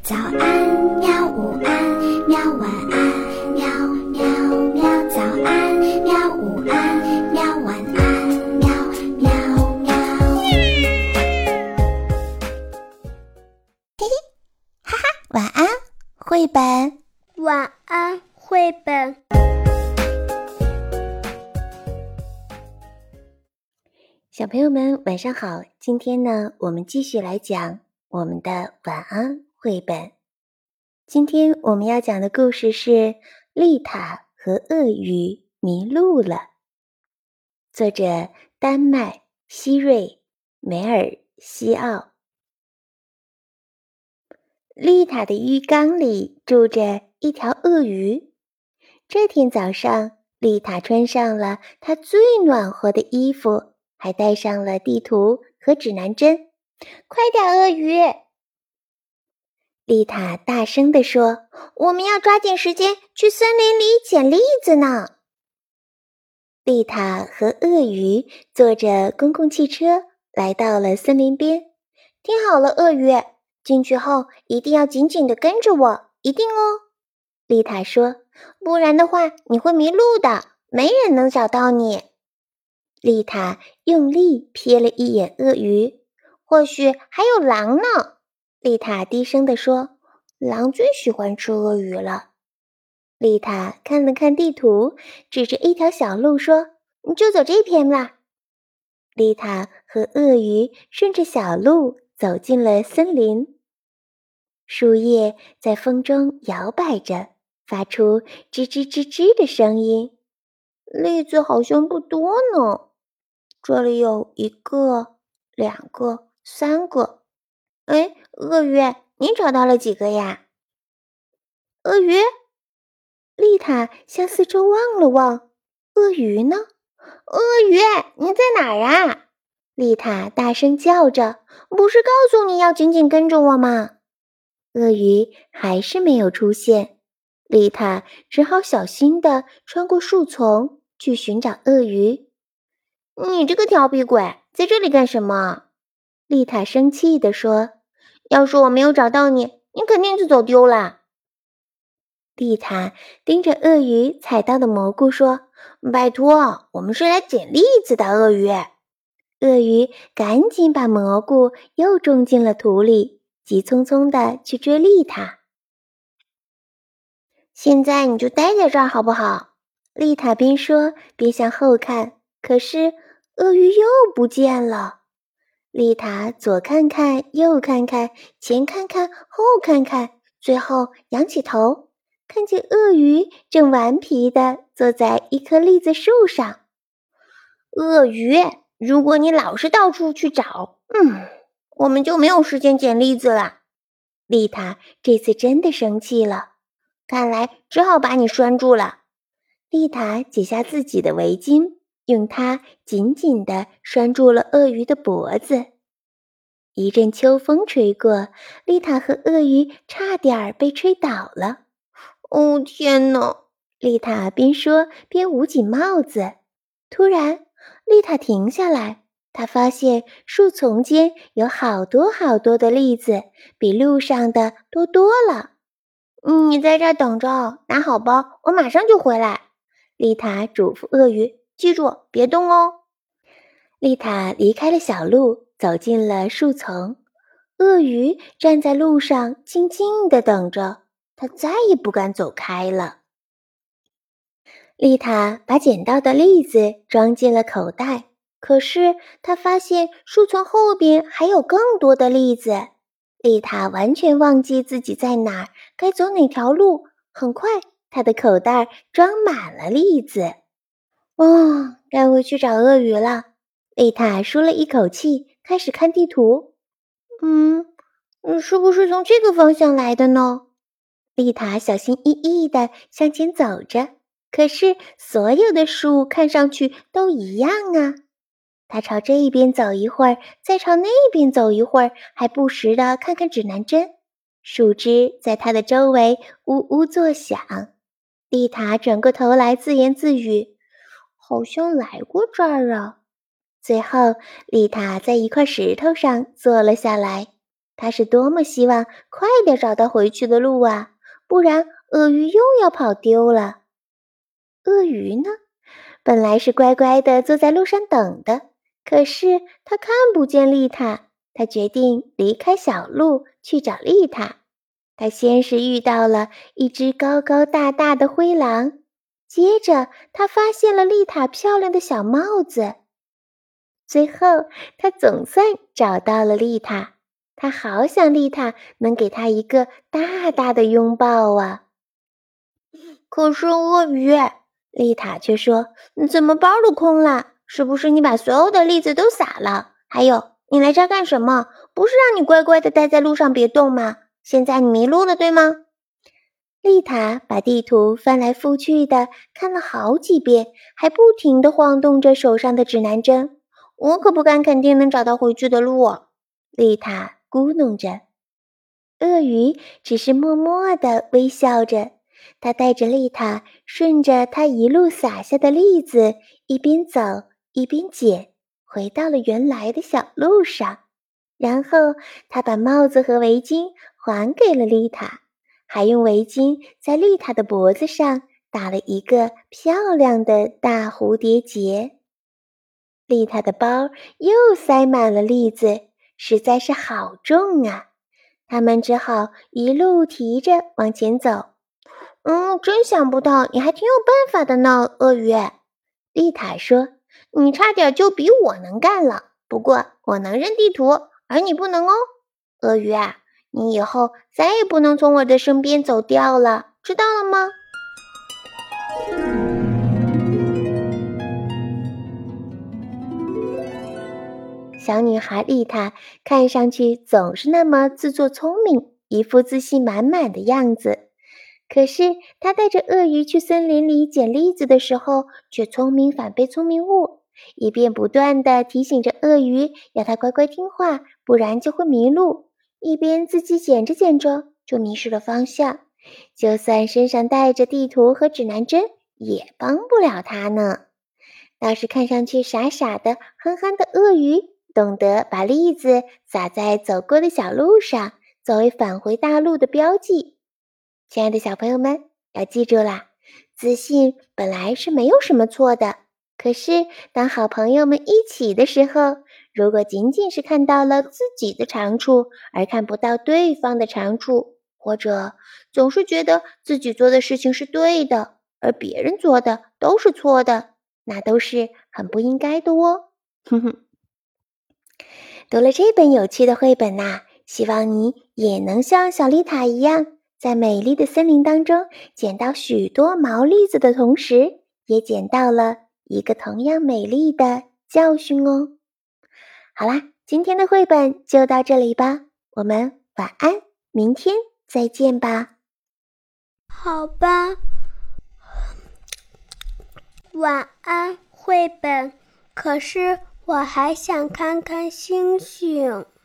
早安喵，午安喵，晚安喵喵喵，早安喵，午安喵，晚安喵喵喵。嘿嘿，哈哈，晚安绘本。 晚安绘本。 小朋友们晚上好，今天呢，我们继续来讲我们的晚安绘本。今天我们要讲的故事是丽塔和鳄鱼迷路了。作者丹麦希瑞梅尔西奥。丽塔的浴缸里住着一条鳄鱼。这天早上，丽塔穿上了她最暖和的衣服，还带上了地图和指南针。快点，鳄鱼！丽塔大声地说，我们要抓紧时间去森林里捡栗子呢。丽塔和鳄鱼坐着公共汽车来到了森林边。听好了，鳄鱼，进去后一定要紧紧地跟着我，一定哦。丽塔说，不然的话你会迷路的，没人能找到你。丽塔用力瞥了一眼鳄鱼，或许还有狼呢。丽塔低声地说，狼最喜欢吃鳄鱼了。丽塔看了看地图，指着一条小路说，你就走这边啦。丽塔和鳄鱼顺着小路走进了森林。树叶在风中摇摆着，发出吱吱吱吱的声音。栗子好像不多呢，这里有一个、两个、三个。哎，鳄鱼，你找到了几个呀？鳄鱼？丽塔向四周望了望，鳄鱼呢？鳄鱼，你在哪儿啊？丽塔大声叫着，不是告诉你要紧紧跟着我吗？鳄鱼还是没有出现，丽塔只好小心地穿过树丛去寻找鳄鱼。你这个调皮鬼，在这里干什么？丽塔生气地说，要是我没有找到你，你肯定就走丢了。丽塔盯着鳄鱼采到的蘑菇说，拜托，我们是来捡栗子的，鳄鱼。鳄鱼赶紧把蘑菇又种进了土里，急匆匆地去追丽塔。现在你就待在这儿好不好？丽塔边说边向后看，可是鳄鱼又不见了。丽塔左看看右看看，前看看后看看，最后仰起头，看见鳄鱼正顽皮地坐在一棵栗子树上。鳄鱼，如果你老是到处去找，我们就没有时间捡栗子了。丽塔这次真的生气了，看来只好把你拴住了。丽塔解下自己的围巾，用它紧紧地拴住了鳄鱼的脖子。一阵秋风吹过，丽塔和鳄鱼差点被吹倒了。哦，天哪！丽塔边说边捂紧帽子。突然，丽塔停下来，她发现树丛间有好多好多的栗子，比路上的多了。你在这儿等着，拿好包，我马上就回来。丽塔嘱咐鳄鱼，记住，别动哦。丽塔离开了小路，走进了树丛。鳄鱼站在路上静静地等着，它再也不敢走开了。丽塔把捡到的栗子装进了口袋，可是她发现树丛后边还有更多的栗子。丽塔完全忘记自己在哪儿，该走哪条路。很快，她的口袋装满了栗子。该回去找鳄鱼了。丽塔舒了一口气，开始看地图。是不是从这个方向来的呢？丽塔小心翼翼地向前走着，可是所有的树看上去都一样啊。她朝这一边走一会儿，再朝那边走一会儿，还不时地看看指南针。树枝在她的周围呜呜作响。丽塔转过头来自言自语，好像来过这儿啊。最后，丽塔在一块石头上坐了下来。 他是多么希望快点找到回去的路啊，不然鳄鱼又要跑丢了。鳄鱼呢，本来是乖乖地坐在路上等的，可是他看不见丽塔，他决定离开小路去找丽塔。他先是遇到了一只高高大大的灰狼，接着他发现了丽塔漂亮的小帽子。最后他总算找到了丽塔，他好想丽塔能给他一个大大的拥抱啊。可是鳄鱼，丽塔却说，怎么包都空了？是不是你把所有的栗子都撒了？还有，你来这儿干什么？不是让你乖乖地待在路上别动吗？现在你迷路了，对吗？丽塔把地图翻来覆去的看了好几遍，还不停地晃动着手上的指南针。我可不敢肯定能找到回去的路，丽塔咕哝着。鳄鱼只是默默地微笑着，他带着丽塔顺着他一路撒下的栗子，一边走一边捡，回到了原来的小路上。然后他把帽子和围巾还给了丽塔，还用围巾在丽塔的脖子上打了一个漂亮的大蝴蝶结。丽塔的包又塞满了栗子，实在是好重啊！他们只好一路提着往前走。真想不到你还挺有办法的呢，鳄鱼。丽塔说，你差点就比我能干了，不过我能认地图，而你不能哦。鳄鱼啊，你以后再也不能从我的身边走掉了，知道了吗？小女孩丽塔看上去总是那么自作聪明，一副自信满满的样子。可是她带着鳄鱼去森林里捡栗子的时候，却聪明反被聪明误，一遍不断地提醒着鳄鱼要它乖乖听话，不然就会迷路，一边自己捡着捡着就迷失了方向。就算身上带着地图和指南针，也帮不了它呢。倒是看上去傻傻的憨憨的鳄鱼，懂得把栗子撒在走过的小路上，作为返回大陆的标记。亲爱的小朋友们，要记住啦，自信本来是没有什么错的，可是当好朋友们一起的时候，如果仅仅是看到了自己的长处，而看不到对方的长处，或者总是觉得自己做的事情是对的，而别人做的都是错的，那都是很不应该的哦。读了这本有趣的绘本啊，希望你也能像小丽塔一样，在美丽的森林当中捡到许多毛栗子的同时，也捡到了一个同样美丽的教训哦。好啦，今天的绘本就到这里吧，我们晚安，明天再见吧。 好吧，晚安，绘本。可是我还想看看星星。